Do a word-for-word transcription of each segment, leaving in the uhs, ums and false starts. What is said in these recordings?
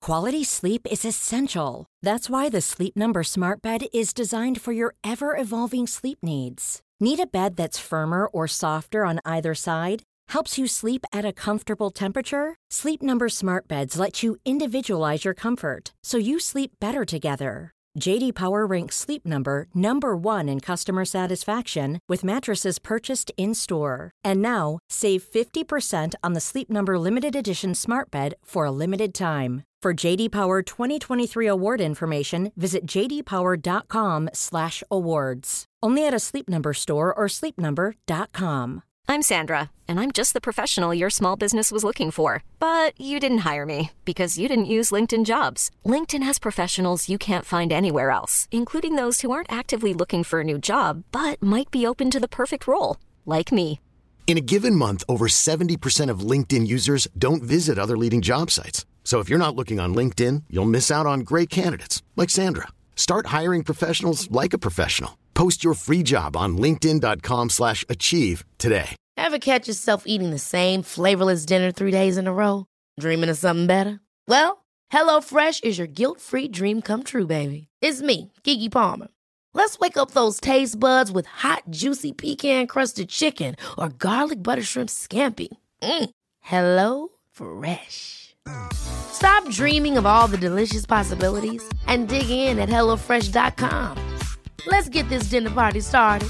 Quality sleep is essential. That's why the Sleep Number Smart Bed is designed for your ever-evolving sleep needs. Need a bed that's firmer or softer on either side? Helps you sleep at a comfortable temperature? Sleep Number Smart Beds let you individualize your comfort, so you sleep better together. J D Power ranks Sleep Number number one in customer satisfaction with mattresses purchased in-store. And now, save fifty percent on the Sleep Number Limited Edition Smart Bed for a limited time. For J D Power twenty twenty-three award information, visit j d power dot com slash awards. Only at a Sleep Number store or sleep number dot com. I'm Sandra, and I'm just the professional your small business was looking for. But you didn't hire me because you didn't use LinkedIn Jobs. LinkedIn has professionals you can't find anywhere else, including those who aren't actively looking for a new job, but might be open to the perfect role, like me. In a given month, over seventy percent of LinkedIn users don't visit other leading job sites. So if you're not looking on LinkedIn, you'll miss out on great candidates like Sandra. Start hiring professionals like a professional. Post your free job on linkedin dot com slash achieve today. Ever catch yourself eating the same flavorless dinner three days in a row? Dreaming of something better? Well, HelloFresh is your guilt-free dream come true, baby. It's me, Keke Palmer. Let's wake up those taste buds with hot, juicy pecan-crusted chicken or garlic butter shrimp scampi. Mm. Hello Fresh. Stop dreaming of all the delicious possibilities and dig in at hello fresh dot com. Let's get this dinner party started.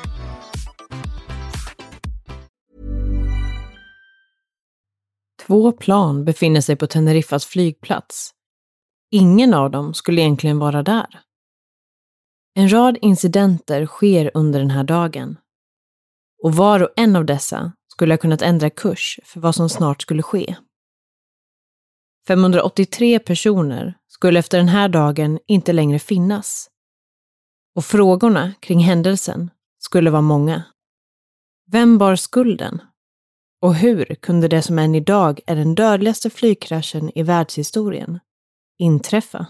Två plan befinner sig på Teneriffas flygplats. Ingen av dem skulle egentligen vara där. En rad incidenter sker under den här dagen. Och var och en av dessa skulle ha kunnat ändra kurs för vad som snart skulle ske. femhundraåttiotre personer skulle efter den här dagen inte längre finnas. Och frågorna kring händelsen skulle vara många. Vem bar skulden? Och hur kunde det som än idag är den dödligaste flygkraschen i världshistorien inträffa?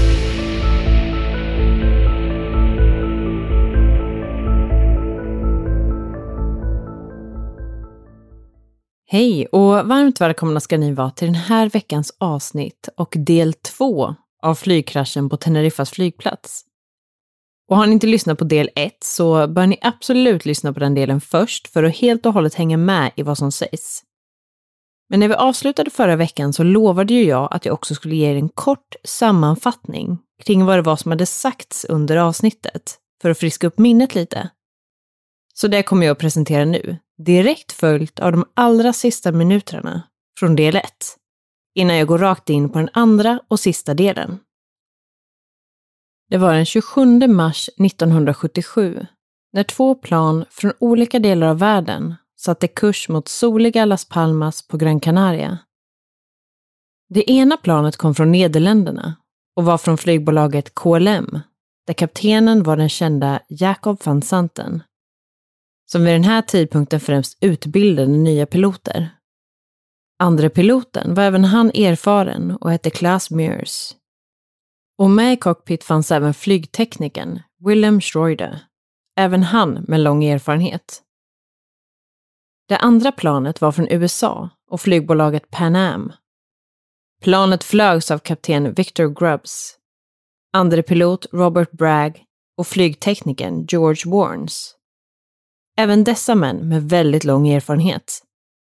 Hej och varmt välkomna ska ni vara till den här veckans avsnitt och del två av flygkraschen på Teneriffas flygplats. Och har ni inte lyssnat på del ett så bör ni absolut lyssna på den delen först för att helt och hållet hänga med i vad som sägs. Men när vi avslutade förra veckan så lovade ju jag att jag också skulle ge er en kort sammanfattning kring vad det var som hade sagts under avsnittet för att friska upp minnet lite. Så det kommer jag att presentera nu, direkt följt av de allra sista minuterna från del ett, innan jag går rakt in på den andra och sista delen. Det var den tjugosjunde mars nittonhundrasjuttiosju när två plan från olika delar av världen satte kurs mot soliga Las Palmas på Gran Canaria. Det ena planet kom från Nederländerna och var från flygbolaget K L M, där kaptenen var den kända Jacob van Santen, som vid den här tidpunkten främst utbildade nya piloter. Andra piloten var även han erfaren och hette Klaas Meurs. Och med i cockpit fanns även flygteknikern Willem Schreuder, även han med lång erfarenhet. Det andra planet var från U S A och flygbolaget Pan Am. Planet flögs av kapten Victor Grubbs, andre pilot Robert Bragg och flygteknikern George Warnes. Även dessa män med väldigt lång erfarenhet.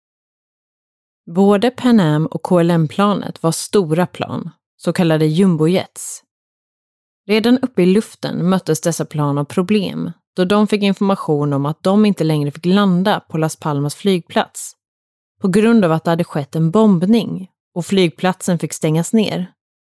Både Pan Am och K L M-planet var stora plan, så kallade jumbojets. Redan uppe i luften möttes dessa plan av problem då de fick information om att de inte längre fick landa på Las Palmas flygplats på grund av att det hade skett en bombning och flygplatsen fick stängas ner.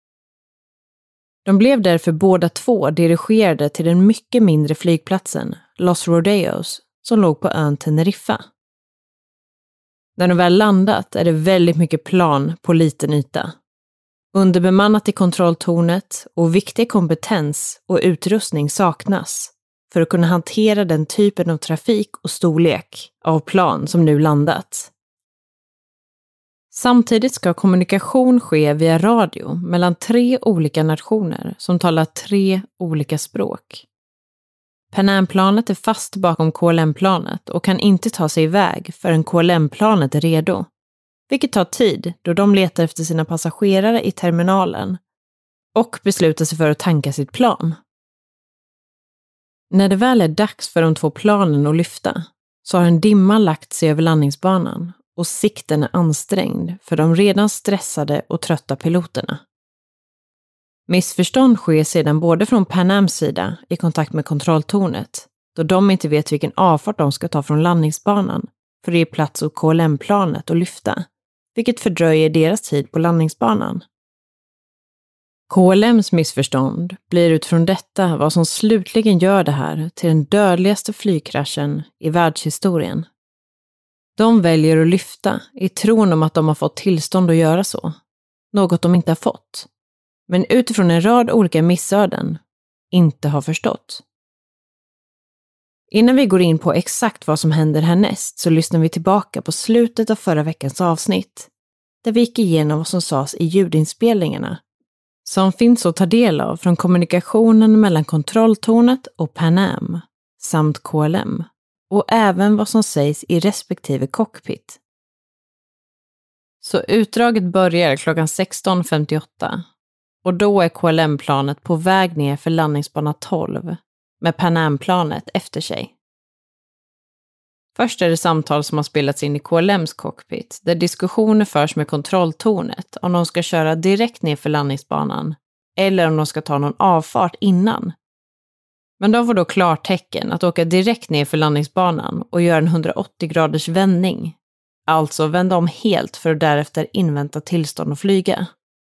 De blev därför båda två dirigerade till den mycket mindre flygplatsen Los Rodeos som låg på ön Teneriffa. När de väl landat är det väldigt mycket plan på liten yta. Underbemannat i kontrolltornet och viktig kompetens och utrustning saknas för att kunna hantera den typen av trafik och storlek av plan som nu landat. Samtidigt ska kommunikation ske via radio mellan tre olika nationer som talar tre olika språk. Pan Am-planet är fast bakom K L M-planet och kan inte ta sig iväg förrän K L M-planet är redo, vilket tar tid då de letar efter sina passagerare i terminalen och beslutar sig för att tanka sitt plan. När det väl är dags för de två planen att lyfta så har en dimma lagt sig över landningsbanan och sikten är ansträngd för de redan stressade och trötta piloterna. Missförstånd sker sedan både från Pan Ams sida i kontakt med kontrolltornet, då de inte vet vilken avfart de ska ta från landningsbanan för att ge plats åt K L M-planet och lyfta, vilket fördröjer deras tid på landningsbanan. K L M:s missförstånd blir utifrån detta vad som slutligen gör det här till den dödligaste flygkraschen i världshistorien. De väljer att lyfta i tron om att de har fått tillstånd att göra så, något de inte har fått, men utifrån en rad olika missöden inte har förstått. Innan vi går in på exakt vad som händer härnäst så lyssnar vi tillbaka på slutet av förra veckans avsnitt, där vi gick igenom vad som sades i ljudinspelningarna, som finns att ta del av från kommunikationen mellan kontrolltornet och Pan Am samt K L M, och även vad som sägs i respektive cockpit. Så utdraget börjar klockan sexton femtioåtta och då är K L M-planet på väg ner för landningsbana tolv med Pan Am-planet efter sig. Först är det samtal som har spelats in i K L M:s cockpit där diskussioner förs med kontrolltornet om de ska köra direkt ner för landningsbanan eller om de ska ta någon avfart innan. Men de får då klartecken att åka direkt ner för landningsbanan och göra en hundraåttio graders vändning. Alltså vända om helt för att därefter invänta tillstånd att flyga.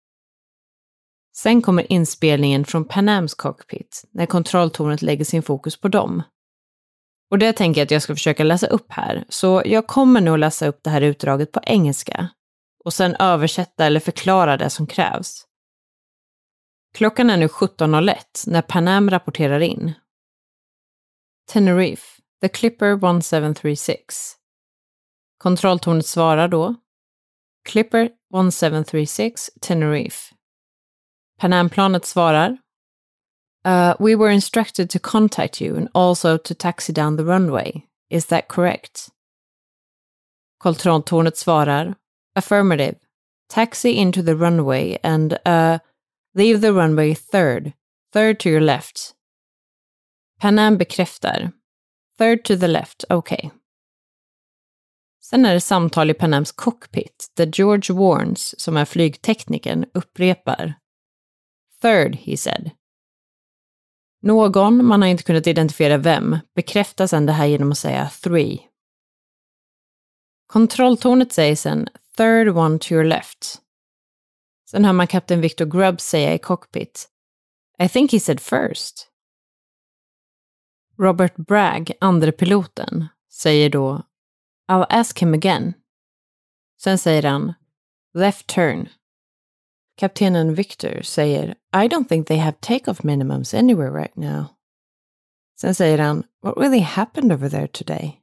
Sen kommer inspelningen från Pan Ams cockpit när kontrolltornet lägger sin fokus på dem. Och det tänker jag att jag ska försöka läsa upp här, så jag kommer nog läsa upp det här utdraget på engelska och sen översätta eller förklara det som krävs. Klockan är nu sjutton noll ett när Pan Am rapporterar in. Tenerife, the Clipper one seven three six. Kontrolltornet svarar då. Clipper one seven three six, Tenerife. Pan Am-planet svarar. Uh, we were instructed to contact you and also to taxi down the runway. Is that correct? Kontrolltornet svarar. Affirmative. Taxi into the runway and uh, leave the runway third. Third to your left. Pan Am bekräftar. Third to the left, okay. Sen är det samtal i Pan Ams cockpit där George Warnes, som är flygteknikern, upprepar. Third, he said. Någon, man har inte kunnat identifiera vem, bekräftar sedan det här genom att säga three. Kontrolltornet säger sen third one to your left. Sen hör man kapten Victor Grubbs säga i cockpit. I think he said first. Robert Bragg, andre piloten, säger då I'll ask him again. Sen säger han left turn. Kaptenen Victor säger I don't think they have take-off minimums anywhere right now. Sen säger han what really happened over there today?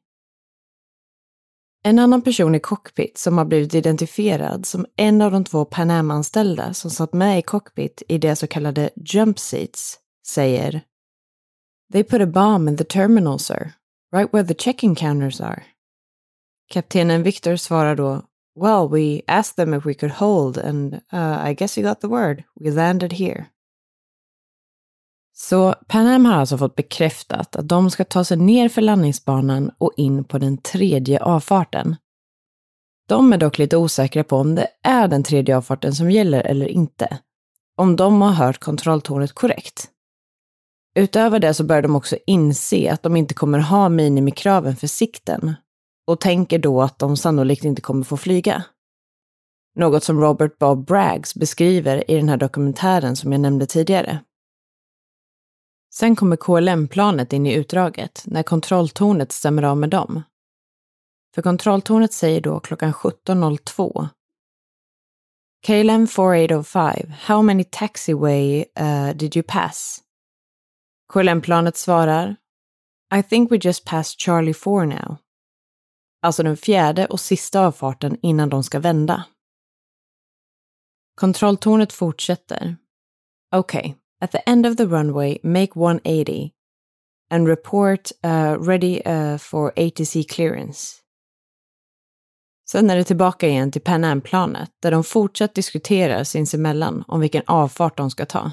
En annan person i cockpit som har blivit identifierad som en av de två Pan Am-anställda som satt med i cockpit i det så kallade jump seats säger They put a bomb in the terminal, sir. Right where the check-in counters are. Kaptenen Victor svarar då Well, we asked them if we could hold and uh, I guess you got the word. We landed here. Så Pan Am har alltså fått bekräftat att de ska ta sig ner för landningsbanan och in på den tredje avfarten. De är dock lite osäkra på om det är den tredje avfarten som gäller eller inte. Om de har hört kontrolltornet korrekt. Utöver det så bör de också inse att de inte kommer ha minimikraven för sikten. Och tänker då att de sannolikt inte kommer få flyga. Något som Robert Bob Braggs beskriver i den här dokumentären som jag nämnde tidigare. Sen kommer K L M-planet in i utdraget när kontrolltornet stämmer av med dem. För kontrolltornet säger då klockan sjutton noll två. K L M forty-eight oh five, how many taxiway uh, did you pass? K L M-planet svarar I think we just passed Charlie four now. Alltså den fjärde och sista avfarten innan de ska vända. Kontrolltornet fortsätter. Okay, at the end of the runway, make one eighty and report uh, ready uh, for A T C clearance. Sen är det tillbaka igen till Pan Am-planet där de fortsatt diskuterar sinsemellan om vilken avfart de ska ta.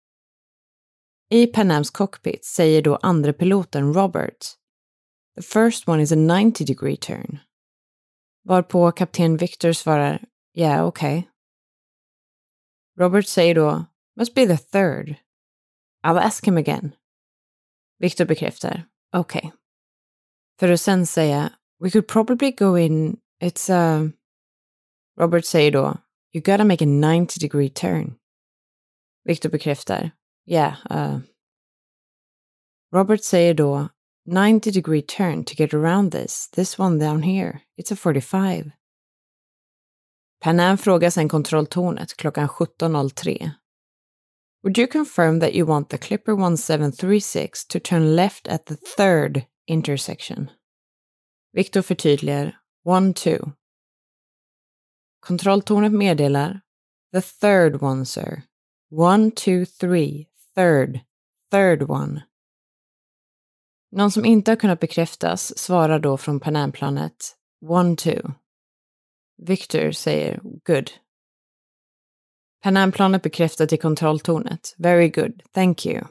I Pan Ams cockpit säger då andra piloten Robert: "The first one is a ninety degree turn." Varpå kapten Victor svarar: "Yeah, okay." Robert säger då: "Must be the third. I'll ask him again." Victor bekräftar: "Okay." För att sen säga: "We could probably go in, it's a..." Uh... Robert säger då: "You gotta make a ninety degree turn." Victor bekräftar: "Yeah, uh..." Robert säger då: ninety degree turn to get around this. This one down here. It's a forty-five. Pan Am frågar sen kontrolltornet klockan sjutton noll tre. Would you confirm that you want the Clipper one seven three six to turn left at the third intersection? Victor förtydligar: one two. Kontrolltornet meddelar: the third one, sir. one two three, third, third one. Någon som inte har kunnat bekräftas svarar då från Pan Am-planet: one two. Victor säger: good. Pan Am-planet bekräftar till kontrolltornet: very good, thank you.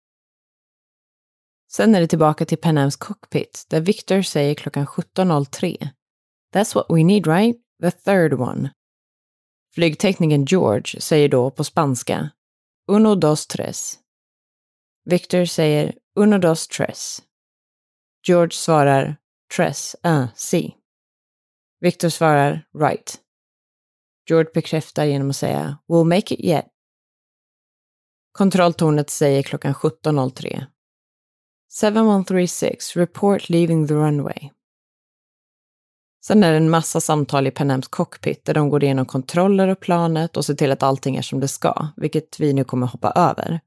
Sen är det tillbaka till Pan Ams cockpit där Victor säger klockan sjutton noll tre: that's what we need, right? The third one. Flygteknikern George säger då på spanska: uno dos tres. Victor säger: uno dos tres. George svarar: tres, un, si. Victor svarar: right. George bekräftar genom att säga: we'll make it yet. Kontrolltornet säger klockan sjutton noll tre: seven one three six, report leaving the runway. Sen är det en massa samtal i Pan Ams cockpit där de går igenom kontroller och planet och ser till att allting är som det ska, vilket vi nu kommer hoppa över.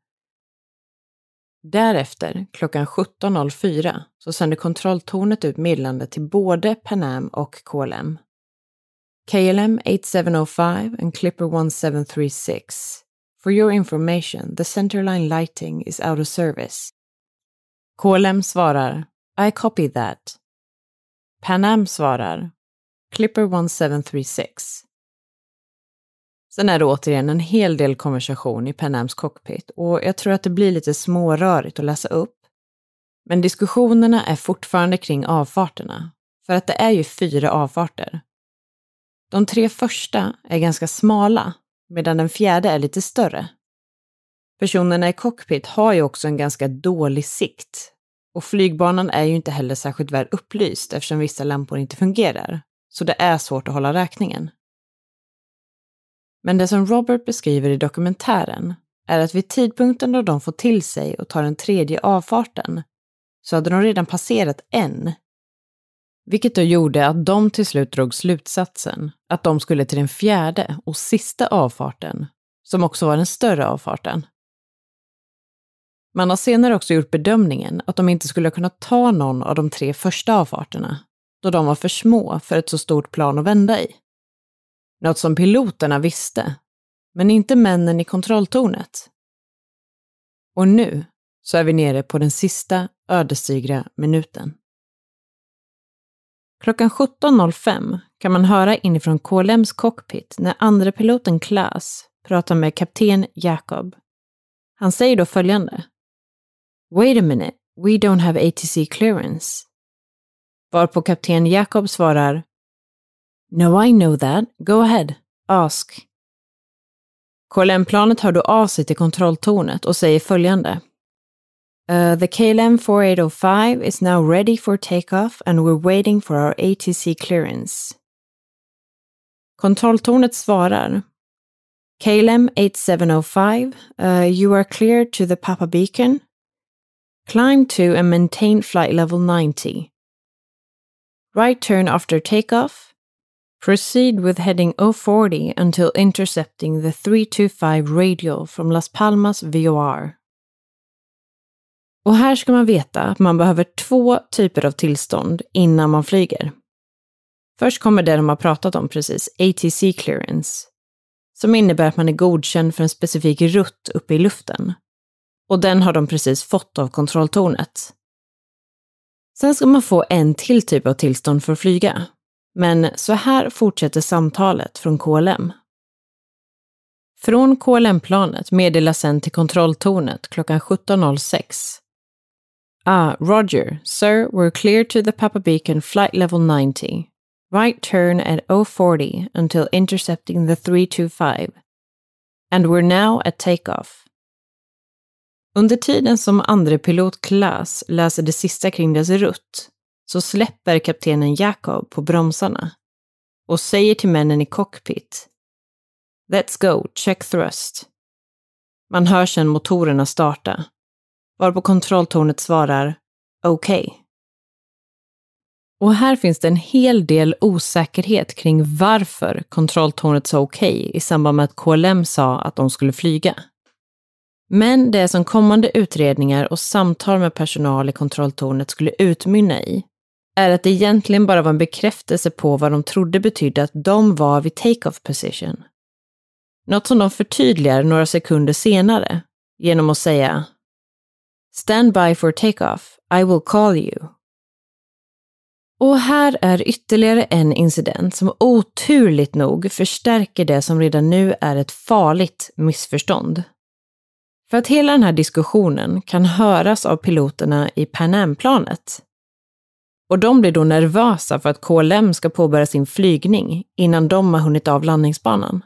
Därefter, klockan sjutton noll fyra, så sänder kontrolltornet ut meddelande till både Pan Am och K L M. K L M eight seven oh five and Clipper one seven three six. For your information, the centerline lighting is out of service. K L M svarar: I copy that. Pan Am svarar: Clipper one seven three six. Sen är det återigen en hel del konversation i Pan Ams cockpit och jag tror att det blir lite smårörigt att läsa upp. Men diskussionerna är fortfarande kring avfarterna, för att det är ju fyra avfarter. De tre första är ganska smala, medan den fjärde är lite större. Personerna i cockpit har ju också en ganska dålig sikt, och flygbanan är ju inte heller särskilt väl upplyst eftersom vissa lampor inte fungerar, så det är svårt att hålla räkningen. Men det som Robert beskriver i dokumentären är att vid tidpunkten då de får till sig och tar den tredje avfarten så hade de redan passerat en. Vilket då gjorde att de till slut drog slutsatsen att de skulle till den fjärde och sista avfarten, som också var den större avfarten. Man har senare också gjort bedömningen att de inte skulle kunna ta någon av de tre första avfarterna, då de var för små för ett så stort plan att vända i. Något som piloterna visste, men inte männen i kontrolltornet. Och nu så är vi nere på den sista ödesdigra minuten. Klockan sjutton noll fem kan man höra inifrån K L M's cockpit när andra piloten Klaas pratar med kapten Jacob. Han säger då följande: Wait a minute, we don't have A T C clearance. Varpå kapten Jacob svarar: No, I know that. Go ahead. Ask. K L M-planet hör då av sig till kontrolltornet och säger följande: Uh, the K L M forty-eight oh five is now ready for takeoff and we're waiting for our A T C clearance. Kontrolltornet svarar: K L M eighty-seven oh five, uh, you are cleared to the Papa Beacon. Climb to and maintain flight level ninety. Right turn after takeoff. Proceed with heading oh forty until intercepting the three two five radial from Las Palmas V O R. Och här ska man veta att man behöver två typer av tillstånd innan man flyger. Först kommer det de har pratat om precis, A T C clearance, som innebär att man är godkänd för en specifik rutt uppe i luften. Och den har de precis fått av kontrolltornet. Sen ska man få en till typ av tillstånd för att flyga. men så här fortsätter samtalet från K L M. Från K L M-planet meddelas sen till kontrolltornet klockan sjutton noll sex. Ah, Roger, sir, we're clear to the Papa Beacon flight level ninety. Right turn at oh forty until intercepting the three two five. And we're now at takeoff. Under tiden som andre pilot Klaas läser det sista kring deras rutt så släpper kaptenen Jacob på bromsarna och säger till männen i cockpit: Let's go, check thrust. Man hör sedan motorerna starta, varpå kontrolltornet svarar okej. Okay. Och här finns det en hel del osäkerhet kring varför kontrolltornet sa okej okay i samband med att K L M sa att de skulle flyga. Men det som kommande utredningar och samtal med personal i kontrolltornet skulle utmynna i är att det egentligen bara var en bekräftelse på vad de trodde betydde att de var vid take-off position. Något som de förtydligar några sekunder senare genom att säga Stand by for take-off, I will call you. Och här är ytterligare en incident som oturligt nog förstärker det som redan nu är ett farligt missförstånd. För att hela den här diskussionen kan höras av piloterna i Pan Am-planet. Och de blir då nervösa för att K L M ska påbörja sin flygning innan de har hunnit av landningsbanan.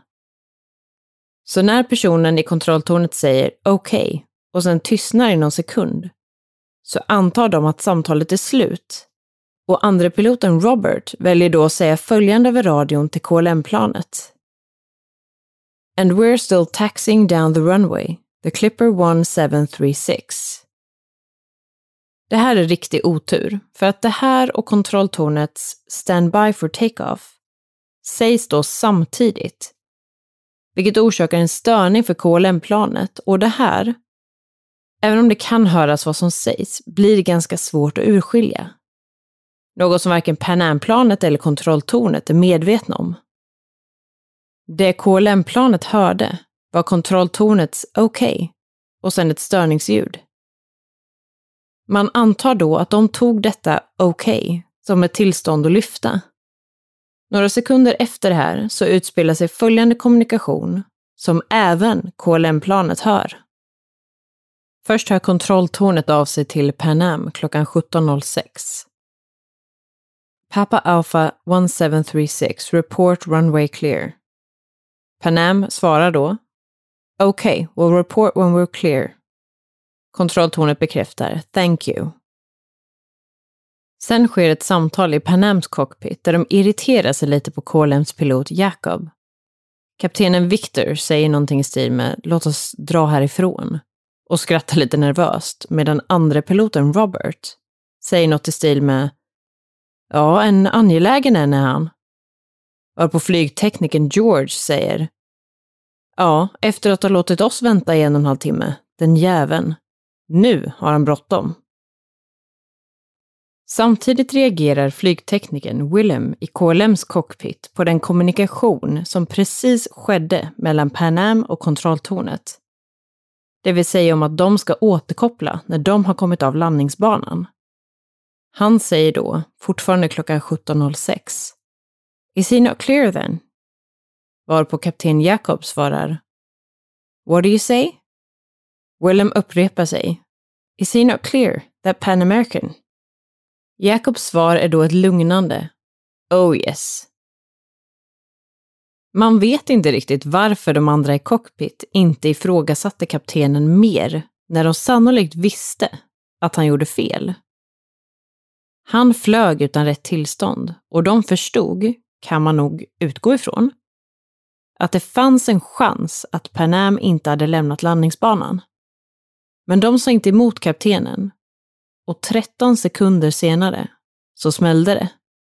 Så när personen i kontrolltornet säger okej okay, och sen tystnar i någon sekund så antar de att samtalet är slut. Och andre piloten Robert väljer då att säga följande över radion till K L M-planet. And we're still taxiing down the runway. The Clipper one seven three six. Det här är riktig otur, för att det här och kontrolltornets standby for takeoff sägs då samtidigt, vilket orsakar en störning för K L M-planet, och det här, även om det kan höras vad som sägs, blir det ganska svårt att urskilja. Något som varken Pan Am-planet eller kontrolltornet är medvetna om. Det K L M-planet hörde var kontrolltornets okej okay, och sen ett störningsljud. Man antar då att de tog detta okej okay, som ett tillstånd att lyfta. Några sekunder efter det här så utspelar sig följande kommunikation som även K L M-planet hör. Först hör kontrolltornet av sig till Pan Am klockan sjutton noll sex. Papa Alpha one seven three six, report runway clear. Pan Am svarar då Okay, we'll report when we're clear. Kontrolltornet bekräftar, thank you. Sen sker ett samtal i Pan Ams cockpit där de irriterar sig lite på K L M's pilot Jacob. Kaptenen Victor säger någonting i stil med låt oss dra härifrån och skrattar lite nervöst, medan andre piloten Robert säger något i stil med ja, en angelägen en är han. Varpå flygteknikern George säger ja, efter att ha låtit oss vänta i en och en halv timme, den jäveln. Nu har han bråttom. Samtidigt reagerar flygteknikern Willem i K L M's cockpit på den kommunikation som precis skedde mellan Pan Am och kontrolltornet. Det vill säga om att de ska återkoppla när de har kommit av landningsbanan. Han säger då, fortfarande klockan sjutton noll sex. Is he not clear then? Varpå kapten Jacob svarar What do you say? Willem upprepar sig. Is he not clear? That Pan American? Jacobs svar är då ett lugnande Oh yes. Man vet inte riktigt varför de andra i cockpit inte ifrågasatte kaptenen mer när de sannolikt visste att han gjorde fel. Han flög utan rätt tillstånd och de förstod, kan man nog utgå ifrån, att det fanns en chans att Pan Am inte hade lämnat landningsbanan. Men de sa inte emot kaptenen och tretton sekunder senare så smällde det.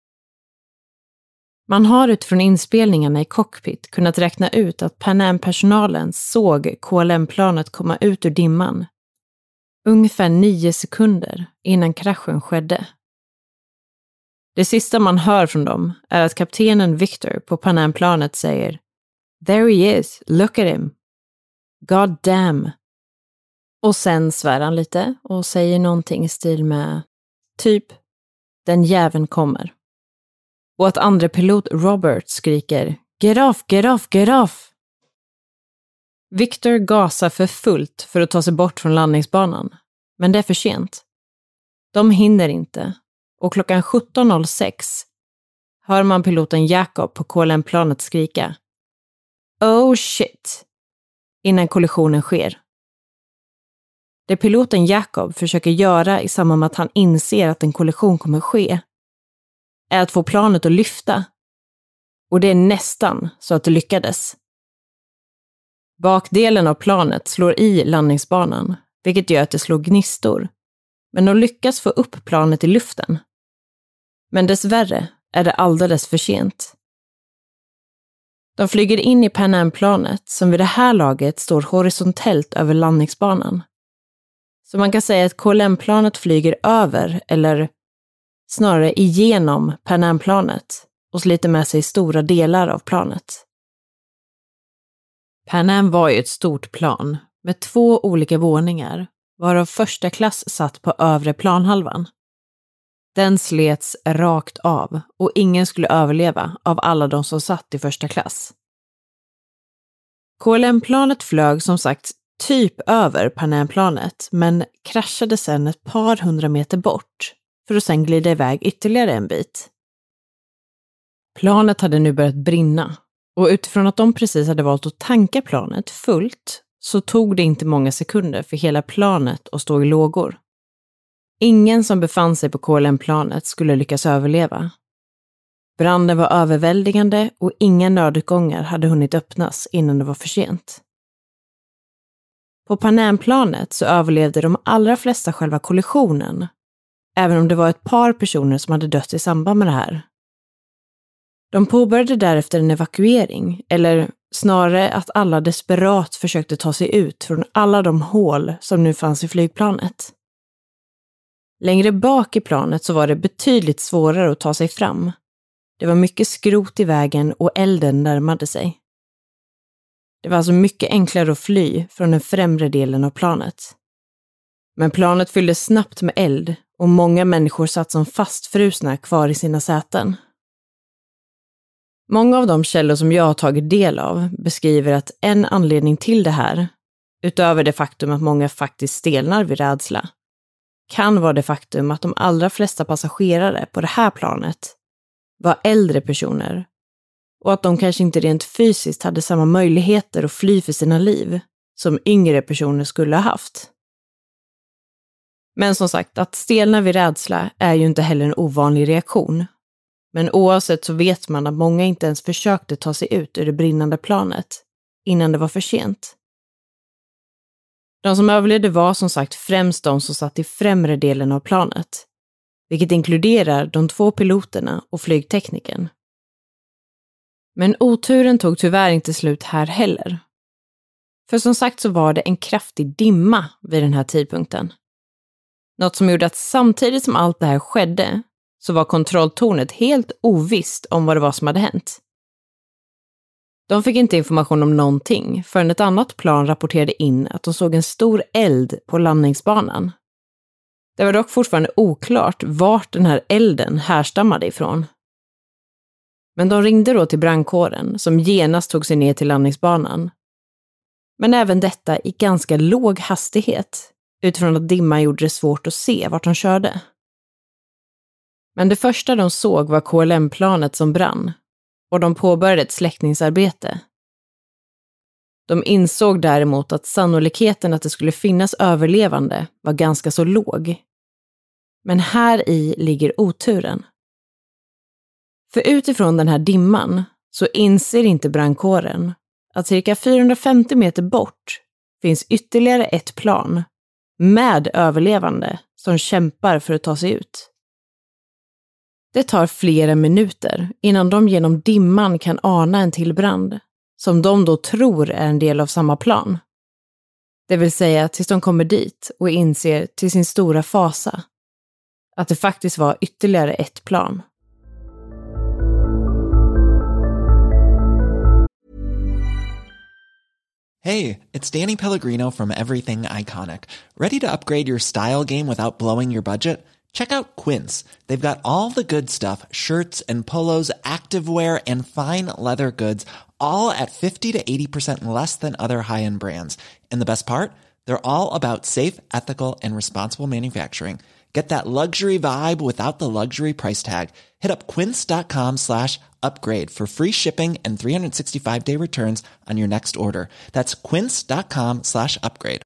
Man har utifrån inspelningarna i cockpit kunnat räkna ut att Pan Am-personalen såg K L M-planet komma ut ur dimman ungefär nio sekunder innan kraschen skedde. Det sista man hör från dem är att kaptenen Victor på Pan Am-planet säger There he is, look at him. God damn. Och sen svär han lite och säger någonting i stil med typ den jäveln kommer. och att andre pilot Robert skriker "Get off, get off, get off!" Victor gasar för fullt för att ta sig bort från landningsbanan, men det är för sent. De hinner inte, och klockan sjutton noll sex hör man piloten Jacob på K L M-planet skrika "Oh shit!" innan kollisionen sker. Det piloten Jacob försöker göra i samband med att han inser att en kollision kommer ske är att få planet att lyfta. Och det är nästan så att det lyckades. Bakdelen av planet slår i landningsbanan, vilket gör att det slår gnistor. Men de lyckas få upp planet i luften. Men dessvärre är det alldeles för sent. De flyger in i Pan Am-planet som vid det här laget står horisontellt över landningsbanan. Så man kan säga att K L M-planet flyger över, eller snarare igenom Pan Am-planet och sliter med sig stora delar av planet. Pan Am var ju ett stort plan med två olika våningar, varav första klass satt på övre planhalvan. Den slets rakt av och ingen skulle överleva av alla de som satt i första klass. K L M-planet flög som sagt typ över Pan Am-planet, men kraschade sedan ett par hundra meter bort för att sedan glida iväg ytterligare en bit. Planet hade nu börjat brinna, och utifrån att de precis hade valt att tanka planet fullt så tog det inte många sekunder för hela planet att stå i lågor. Ingen som befann sig på K L M-planet skulle lyckas överleva. Branden var överväldigande och inga nödutgångar hade hunnit öppnas innan det var för sent. På Pan Am-planet så överlevde de allra flesta själva kollisionen, även om det var ett par personer som hade dött i samband med det här. De påbörjade därefter en evakuering, eller snarare att alla desperat försökte ta sig ut från alla de hål som nu fanns i flygplanet. Längre bak i planet så var det betydligt svårare att ta sig fram. Det var mycket skrot i vägen och elden närmade sig. Det var alltså mycket enklare att fly från den främre delen av planet. Men planet fylldes snabbt med eld och många människor satt som fastfrusna kvar i sina säten. Många av de källor som jag har tagit del av beskriver att en anledning till det här, utöver det faktum att många faktiskt stelnar vid rädsla, kan vara det faktum att de allra flesta passagerare på det här planet var äldre personer och att de kanske inte rent fysiskt hade samma möjligheter att fly för sina liv som yngre personer skulle ha haft. Men som sagt, att stelna vid rädsla är ju inte heller en ovanlig reaktion. Men oavsett så vet man att många inte ens försökte ta sig ut ur det brinnande planet innan det var för sent. De som överlevde var som sagt främst de som satt i främre delen av planet, vilket inkluderar de två piloterna och flygteknikern. Men oturen tog tyvärr inte slut här heller. För som sagt så var det en kraftig dimma vid den här tidpunkten. Något som gjorde att samtidigt som allt det här skedde så var kontrolltornet helt ovisst om vad det var som hade hänt. De fick inte information om någonting förrän ett annat plan rapporterade in att de såg en stor eld på landningsbanan. Det var dock fortfarande oklart vart den här elden härstammade ifrån. Men de ringde då till brandkåren som genast tog sig ner till landningsbanan. Men även detta i ganska låg hastighet utifrån att dimman gjorde det svårt att se vart de körde. Men det första de såg var K L M-planet som brann och de påbörjade ett släckningsarbete. De insåg däremot att sannolikheten att det skulle finnas överlevande var ganska så låg. Men här i ligger oturen. För utifrån den här dimman så inser inte brandkåren att cirka fyrahundrafemtio meter bort finns ytterligare ett plan med överlevande som kämpar för att ta sig ut. Det tar flera minuter innan de genom dimman kan ana en till brand som de då tror är en del av samma plan. Det vill säga tills de kommer dit och inser till sin stora fasa att det faktiskt var ytterligare ett plan. Hey, it's Danny Pellegrino from Everything Iconic. Ready to upgrade your style game without blowing your budget? Check out Quince. They've got all the good stuff, shirts and polos, activewear and fine leather goods, all at fifty to eighty percent less than other high-end brands. And the best part? They're all about safe, ethical, and responsible manufacturing. Get that luxury vibe without the luxury price tag. Hit up quince.com slash upgrade for free shipping and three sixty-five day returns on your next order. That's quince.com slash upgrade.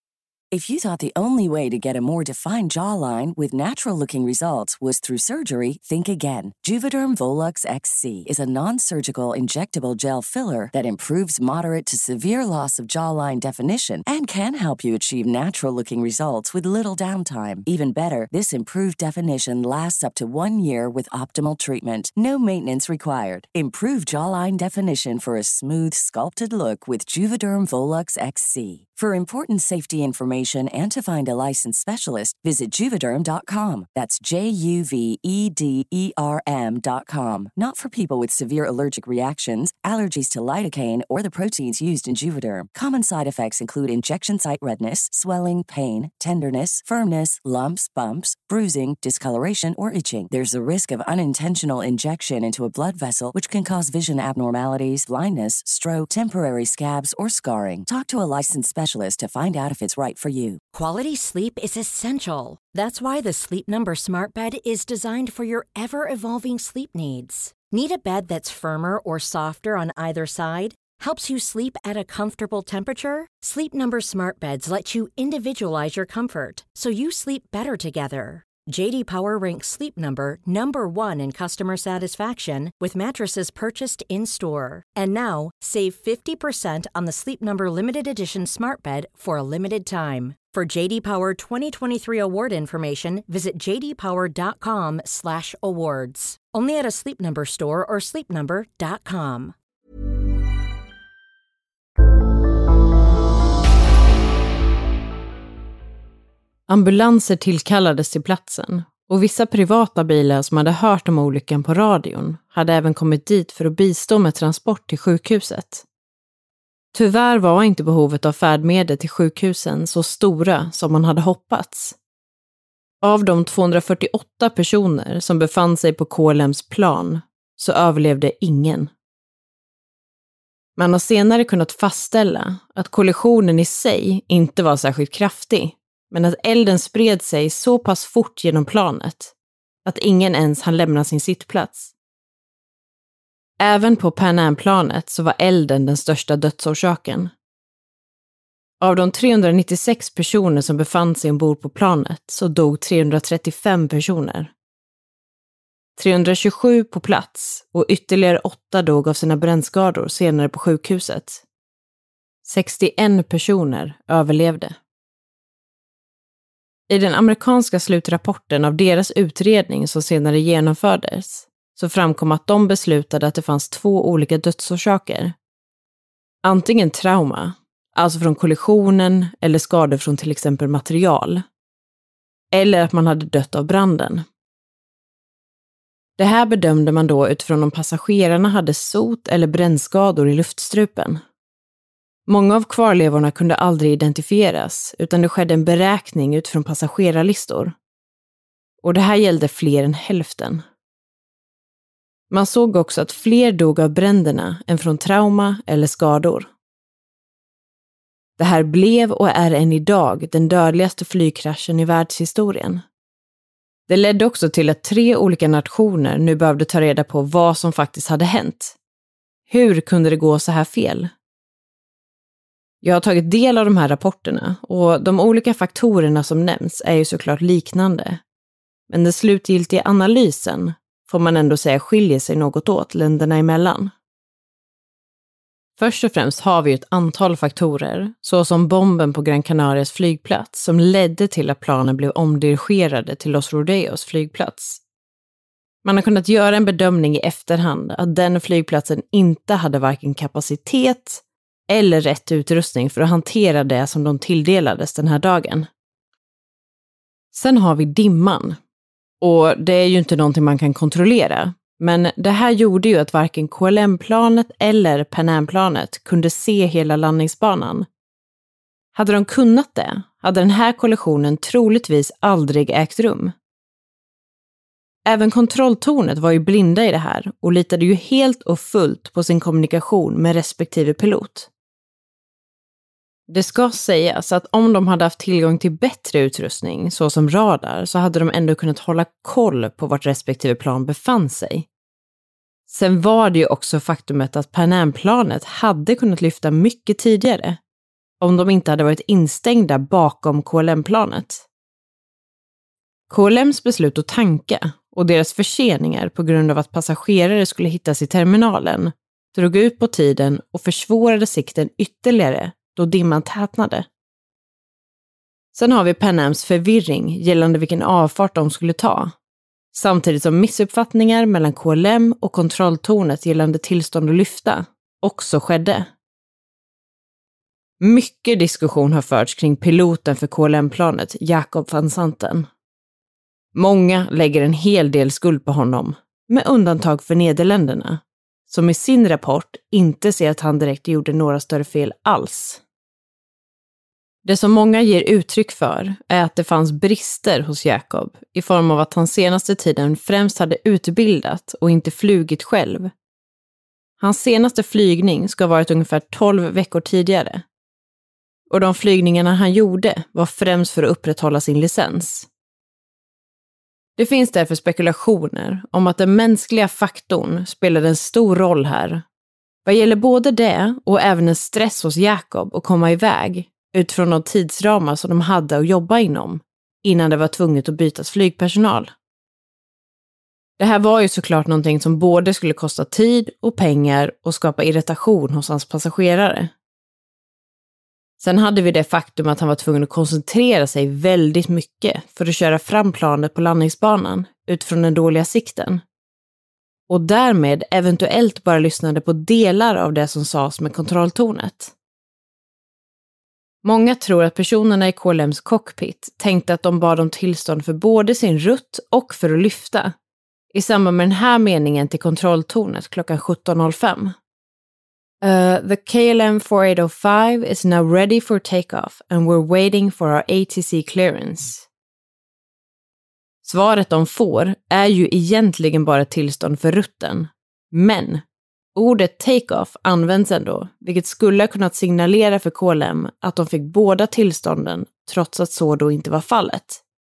If you thought the only way to get a more defined jawline with natural-looking results was through surgery, think again. Juvederm Volux X C is a non-surgical injectable gel filler that improves moderate to severe loss of jawline definition and can help you achieve natural-looking results with little downtime. Even better, this improved definition lasts up to one year with optimal treatment. No maintenance required. Improve jawline definition for a smooth, sculpted look with Juvederm Volux X C. For important safety information and to find a licensed specialist, visit Juvederm dot com. That's J U V E D E R M dot com. Not for people with severe allergic reactions, allergies to lidocaine, or the proteins used in Juvederm. Common side effects include injection site redness, swelling, pain, tenderness, firmness, lumps, bumps, bruising, discoloration, or itching. There's a risk of unintentional injection into a blood vessel, which can cause vision abnormalities, blindness, stroke, temporary scabs, or scarring. Talk to a licensed specialist to find out if it's right for you. Quality sleep is essential. That's why the Sleep Number Smart Bed is designed for your ever-evolving sleep needs. Need a bed that's firmer or softer on either side? Helps you sleep at a comfortable temperature? Sleep Number Smart Beds let you individualize your comfort so you sleep better together. J D Power ranks Sleep Number number one in customer satisfaction with mattresses purchased in-store. And now, save fifty percent on the Sleep Number Limited Edition Smart Bed for a limited time. For J D Power twenty twenty-three award information, visit j d power dot com slash awards. Only at a Sleep Number store or sleep number dot com. Ambulanser tillkallades till platsen och vissa privata bilar som hade hört om olyckan på radion hade även kommit dit för att bistå med transport till sjukhuset. Tyvärr var inte behovet av färdmedel till sjukhusen så stora som man hade hoppats. Av de tvåhundrafyrtioåtta personer som befann sig på K L M:s plan så överlevde ingen. Man har senare kunnat fastställa att kollisionen i sig inte var särskilt kraftig, men att elden spred sig så pass fort genom planet att ingen ens hann lämna sin sittplats. Även på Pan Am-planet så var elden den största dödsorsaken. Av de trehundranittiosex personer som befann sig ombord på planet så dog trehundratrettiofem personer. trehundratjugosju på plats och ytterligare åtta dog av sina brännskador senare på sjukhuset. sextioen personer överlevde. I den amerikanska slutrapporten av deras utredning som senare genomfördes så framkom att de beslutade att det fanns två olika dödsorsaker. Antingen trauma, alltså från kollisionen eller skador från till exempel material. Eller att man hade dött av branden. Det här bedömde man då utifrån om passagerarna hade sot eller brännskador i luftstrupen. Många av kvarlevorna kunde aldrig identifieras utan det skedde en beräkning utifrån passagerarlistor. Och det här gällde fler än hälften. Man såg också att fler dog av bränderna än från trauma eller skador. Det här blev och är än idag den dödligaste flygkraschen i världshistorien. Det ledde också till att tre olika nationer nu behövde ta reda på vad som faktiskt hade hänt. Hur kunde det gå så här fel? Jag har tagit del av de här rapporterna och de olika faktorerna som nämns är ju såklart liknande. Men den slutgiltiga analysen får man ändå säga skiljer sig något åt länderna emellan. Först och främst har vi ett antal faktorer, såsom bomben på Gran Canarias flygplats som ledde till att planen blev omdirigerade till Los Rodeos flygplats. Man har kunnat göra en bedömning i efterhand att den flygplatsen inte hade varken kapacitet eller rätt utrustning för att hantera det som de tilldelades den här dagen. Sen har vi dimman. Och det är ju inte någonting man kan kontrollera. Men det här gjorde ju att varken K L M-planet eller Pan Am-planet kunde se hela landningsbanan. Hade de kunnat det, hade den här kollisionen troligtvis aldrig ägt rum. Även kontrolltornet var ju blinda i det här och litade ju helt och fullt på sin kommunikation med respektive pilot. Det ska sägas att om de hade haft tillgång till bättre utrustning, såsom radar, så hade de ändå kunnat hålla koll på vart respektive plan befann sig. Sen var det ju också faktumet att Pan Am-planet hade kunnat lyfta mycket tidigare, om de inte hade varit instängda bakom K L M-planet. K L M:s beslut att tanka och deras förseningar på grund av att passagerare skulle hittas i terminalen drog ut på tiden och försvårade sikten ytterligare då dimman tätnade. Sen har vi Pan Ams förvirring gällande vilken avfart de skulle ta, samtidigt som missuppfattningar mellan K L M och kontrolltornet gällande tillstånd att lyfta också skedde. Mycket diskussion har förts kring piloten för K L M-planet, Jacob van Santen. Många lägger en hel del skuld på honom, med undantag för Nederländerna, som i sin rapport inte ser att han direkt gjorde några större fel alls. Det som många ger uttryck för är att det fanns brister hos Jacob i form av att han senaste tiden främst hade utbildat och inte flugit själv. Hans senaste flygning ska ha varit ungefär tolv veckor tidigare. Och de flygningarna han gjorde var främst för att upprätthålla sin licens. Det finns därför spekulationer om att den mänskliga faktorn spelade en stor roll här. Vad gäller både det och även en stress hos Jacob att komma iväg utifrån de tidsramar som de hade att jobba inom innan det var tvunget att bytas flygpersonal. Det här var ju såklart någonting som både skulle kosta tid och pengar och skapa irritation hos hans passagerare. Sen hade vi det faktum att han var tvungen att koncentrera sig väldigt mycket för att köra fram planet på landningsbanan utifrån den dåliga sikten. Och därmed eventuellt bara lyssnade på delar av det som sades med kontrolltornet. Många tror att personerna i K L M:s cockpit tänkte att de bad om tillstånd för både sin rutt och för att lyfta, i samband med den här meningen till kontrolltornet klockan sjutton noll fem. Uh, the K L M forty-eight oh five is now ready for takeoff and we're waiting for our A T C clearance. Svaret de får är ju egentligen bara ett tillstånd för rutten, men ordet take-off används ändå, vilket skulle ha kunnat signalera för K L M att de fick båda tillstånden trots att så då inte var fallet.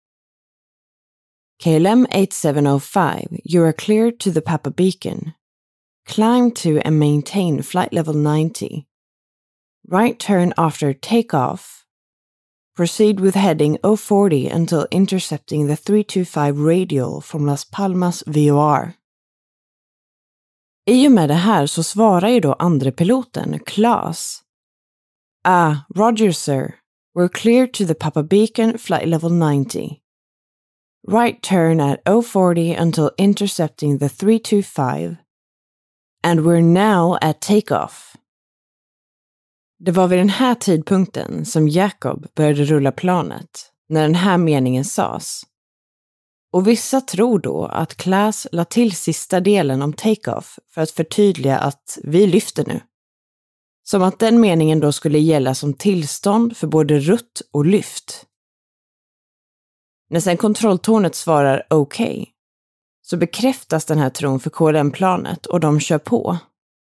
K L M eighty-seven oh five, you are cleared to the Papa Beacon. Climb to and maintain flight level ninety. Right turn after takeoff. Proceed with heading oh forty until intercepting the three two five radial from Las Palmas V O R. I och med det här så svarar ju då andre piloten, Klaas. Ah, Roger sir. We're clear to the Papa Beacon flight level ninety. Right turn at oh forty until intercepting the three two five. And we're now at takeoff. Det var vid den här tidpunkten som Jacob började rulla planet, när den här meningen sades. Och vissa tror då att Klaas la till sista delen om takeoff för att förtydliga att vi lyfter nu. Som att den meningen då skulle gälla som tillstånd för både rutt och lyft. När sen kontrolltornet svarar okej, okay, så bekräftas den här tron för K L M-planet och de kör på.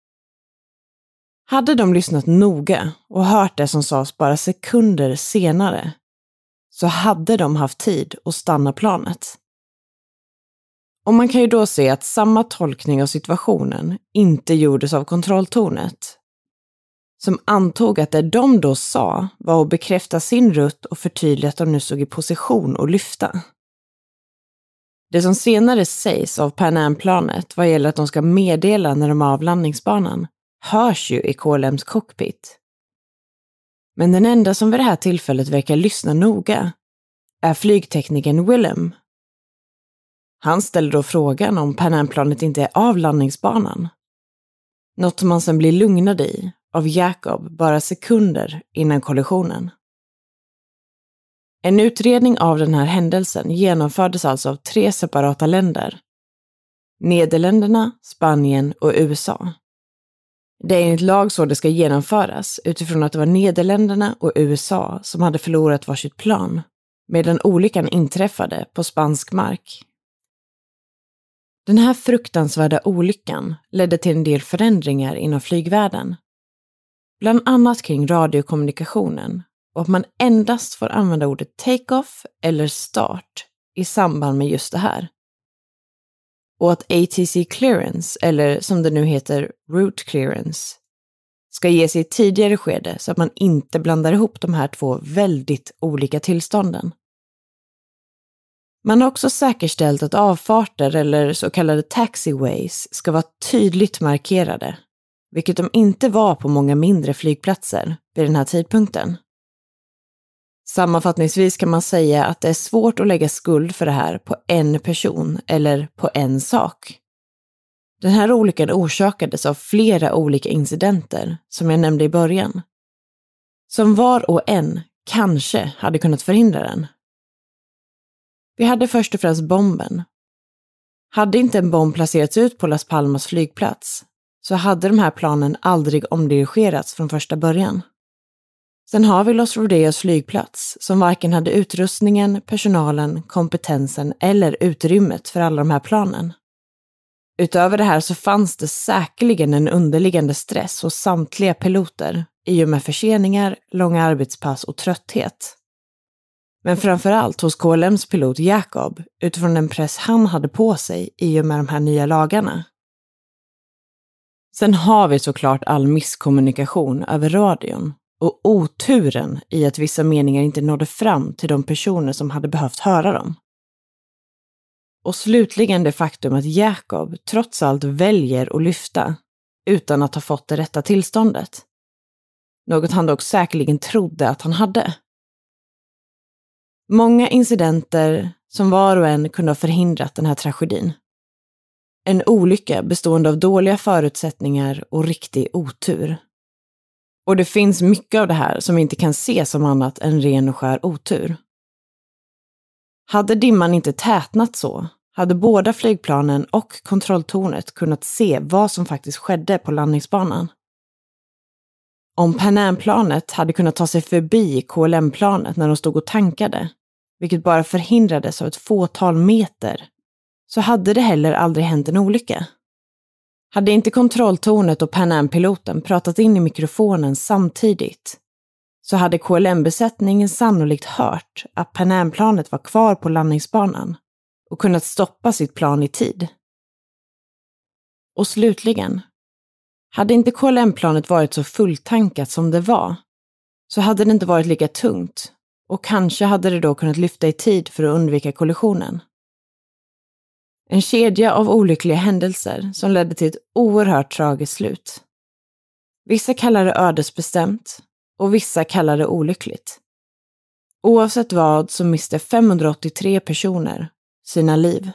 Hade de lyssnat noga och hört det som sades bara sekunder senare, så hade de haft tid att stanna planet. Och man kan ju då se att samma tolkning av situationen inte gjordes av kontrolltornet, som antog att det de då sa var att bekräfta sin rutt och förtydliga att de nu stod i position och lyfta. Det som senare sägs av Pan Am-planet vad gäller att de ska meddela när de är av landningsbanan hörs ju i K L M:s cockpit. Men den enda som vid det här tillfället verkar lyssna noga är flygteknikern Willem. Han ställer då frågan om Pan Am-planet inte är av landningsbanan. Något man sen blir lugnad i av Jacob bara sekunder innan kollisionen. En utredning av den här händelsen genomfördes alltså av tre separata länder. Nederländerna, Spanien och U S A. Det är enligt lag så det ska genomföras utifrån att det var Nederländerna och U S A som hade förlorat varsitt plan, medan olyckan inträffade på spansk mark. Den här fruktansvärda olyckan ledde till en del förändringar inom flygvärlden. Bland annat kring radiokommunikationen och att man endast får använda ordet take-off eller start i samband med just det här. Och att A T C clearance, eller som det nu heter route clearance, ska ges i ett tidigare skede så att man inte blandar ihop de här två väldigt olika tillstånden. Man har också säkerställt att avfarter eller så kallade taxiways ska vara tydligt markerade, vilket de inte var på många mindre flygplatser vid den här tidpunkten. Sammanfattningsvis kan man säga att det är svårt att lägga skuld för det här på en person eller på en sak. Den här olyckan orsakades av flera olika incidenter som jag nämnde i början, som var och en kanske hade kunnat förhindra den. Vi hade först och främst bomben. Hade inte en bomb placerats ut på Las Palmas flygplats så hade de här planen aldrig omdirigerats från första början. Sen har vi Los Rodeos flygplats som varken hade utrustningen, personalen, kompetensen eller utrymmet för alla de här planen. Utöver det här så fanns det säkerligen en underliggande stress hos samtliga piloter i och med förseningar, långa arbetspass och trötthet. Men framförallt hos K L M:s pilot Jacob utifrån den press han hade på sig i och med de här nya lagarna. Sen har vi såklart all misskommunikation över radion och oturen i att vissa meningar inte nådde fram till de personer som hade behövt höra dem. Och slutligen det faktum att Jacob trots allt väljer att lyfta utan att ha fått det rätta tillståndet. Något han dock säkerligen trodde att han hade. Många incidenter som var och en kunde ha förhindrat den här tragedin. En olycka bestående av dåliga förutsättningar och riktig otur. Och det finns mycket av det här som inte kan ses som annat än ren och skär otur. Hade dimman inte tätnat så, hade båda flygplanen och kontrolltornet kunnat se vad som faktiskt skedde på landningsbanan. Om Pan Am-planet hade kunnat ta sig förbi K L M-planet när de stod och tankade, vilket bara förhindrades av ett fåtal meter, så hade det heller aldrig hänt en olycka. Hade inte kontrolltornet och Pan Am-piloten pratat in i mikrofonen samtidigt, så hade K L M-besättningen sannolikt hört att Pan Am-planet var kvar på landningsbanan och kunnat stoppa sitt plan i tid. Och slutligen, hade inte K L M-planet varit så fulltankat som det var, så hade det inte varit lika tungt och kanske hade det då kunnat lyfta i tid för att undvika kollisionen. En kedja av olyckliga händelser som ledde till ett oerhört tragiskt slut. Vissa kallar det ödesbestämt och vissa kallar det olyckligt. Oavsett vad så miste femhundraåttiotre personer sina liv.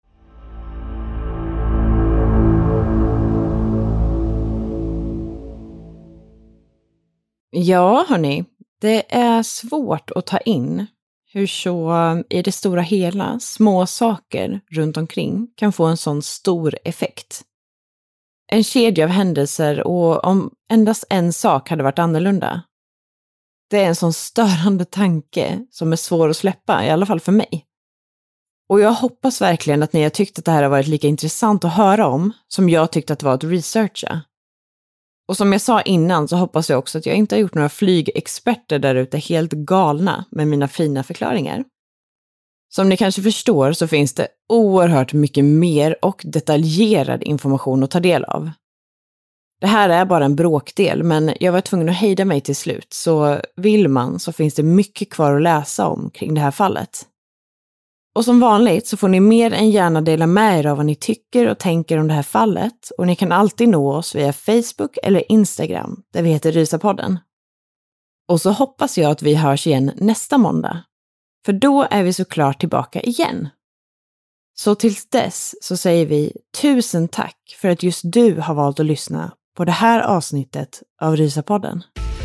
Ja, hörni, det är svårt att ta in hur så i det stora hela små saker runt omkring kan få en sån stor effekt. En kedja av händelser och om endast en sak hade varit annorlunda. Det är en sån störande tanke som är svår att släppa, i alla fall för mig. Och jag hoppas verkligen att ni har tyckt att det här har varit lika intressant att höra om som jag tyckte att det var att researcha. Och som jag sa innan så hoppas jag också att jag inte har gjort några flygexperter där ute helt galna med mina fina förklaringar. Som ni kanske förstår så finns det oerhört mycket mer och detaljerad information att ta del av. Det här är bara en bråkdel, men jag var tvungen att hejda mig till slut, så vill man så finns det mycket kvar att läsa om kring det här fallet. Och som vanligt så får ni mer än gärna dela med er av vad ni tycker och tänker om det här fallet, och ni kan alltid nå oss via Facebook eller Instagram där vi heter Rysapodden. Och så hoppas jag att vi hörs igen nästa måndag, för då är vi såklart tillbaka igen. Så tills dess så säger vi tusen tack för att just du har valt att lyssna på det här avsnittet av Rysapodden.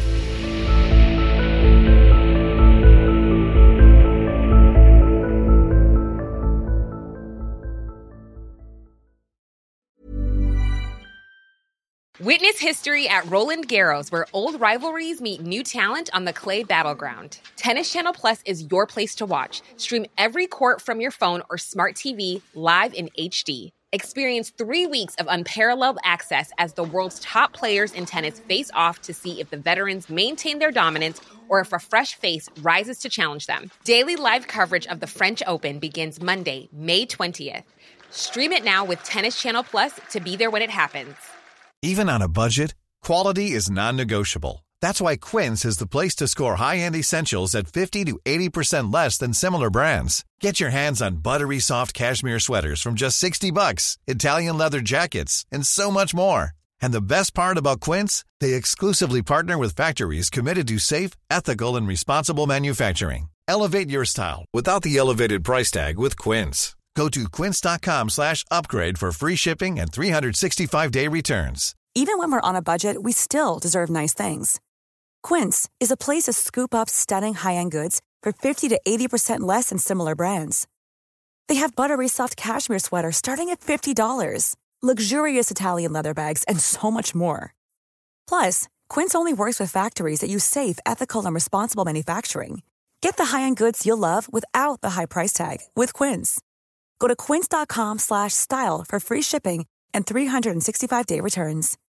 Witness history at Roland Garros, where old rivalries meet new talent on the clay battleground. Tennis Channel Plus is your place to watch. Stream every court from your phone or smart T V live in H D. Experience three weeks of unparalleled access as the world's top players in tennis face off to see if the veterans maintain their dominance or if a fresh face rises to challenge them. Daily live coverage of the French Open begins Monday, May twentieth. Stream it now with Tennis Channel Plus to be there when it happens. Even on a budget, quality is non-negotiable. That's why Quince is the place to score high-end essentials at fifty to eighty percent less than similar brands. Get your hands on buttery soft cashmere sweaters from just sixty bucks, Italian leather jackets, and so much more. And the best part about Quince, they exclusively partner with factories committed to safe, ethical, and responsible manufacturing. Elevate your style without the elevated price tag with Quince. Go to quince.com slash upgrade for free shipping and three sixty-five day returns. Even when we're on a budget, we still deserve nice things. Quince is a place to scoop up stunning high-end goods for fifty to eighty percent less than similar brands. They have buttery soft cashmere sweaters starting at fifty dollars, luxurious Italian leather bags, and so much more. Plus, Quince only works with factories that use safe, ethical, and responsible manufacturing. Get the high-end goods you'll love without the high price tag with Quince. Go to quince.com slash style for free shipping and three sixty-five day returns.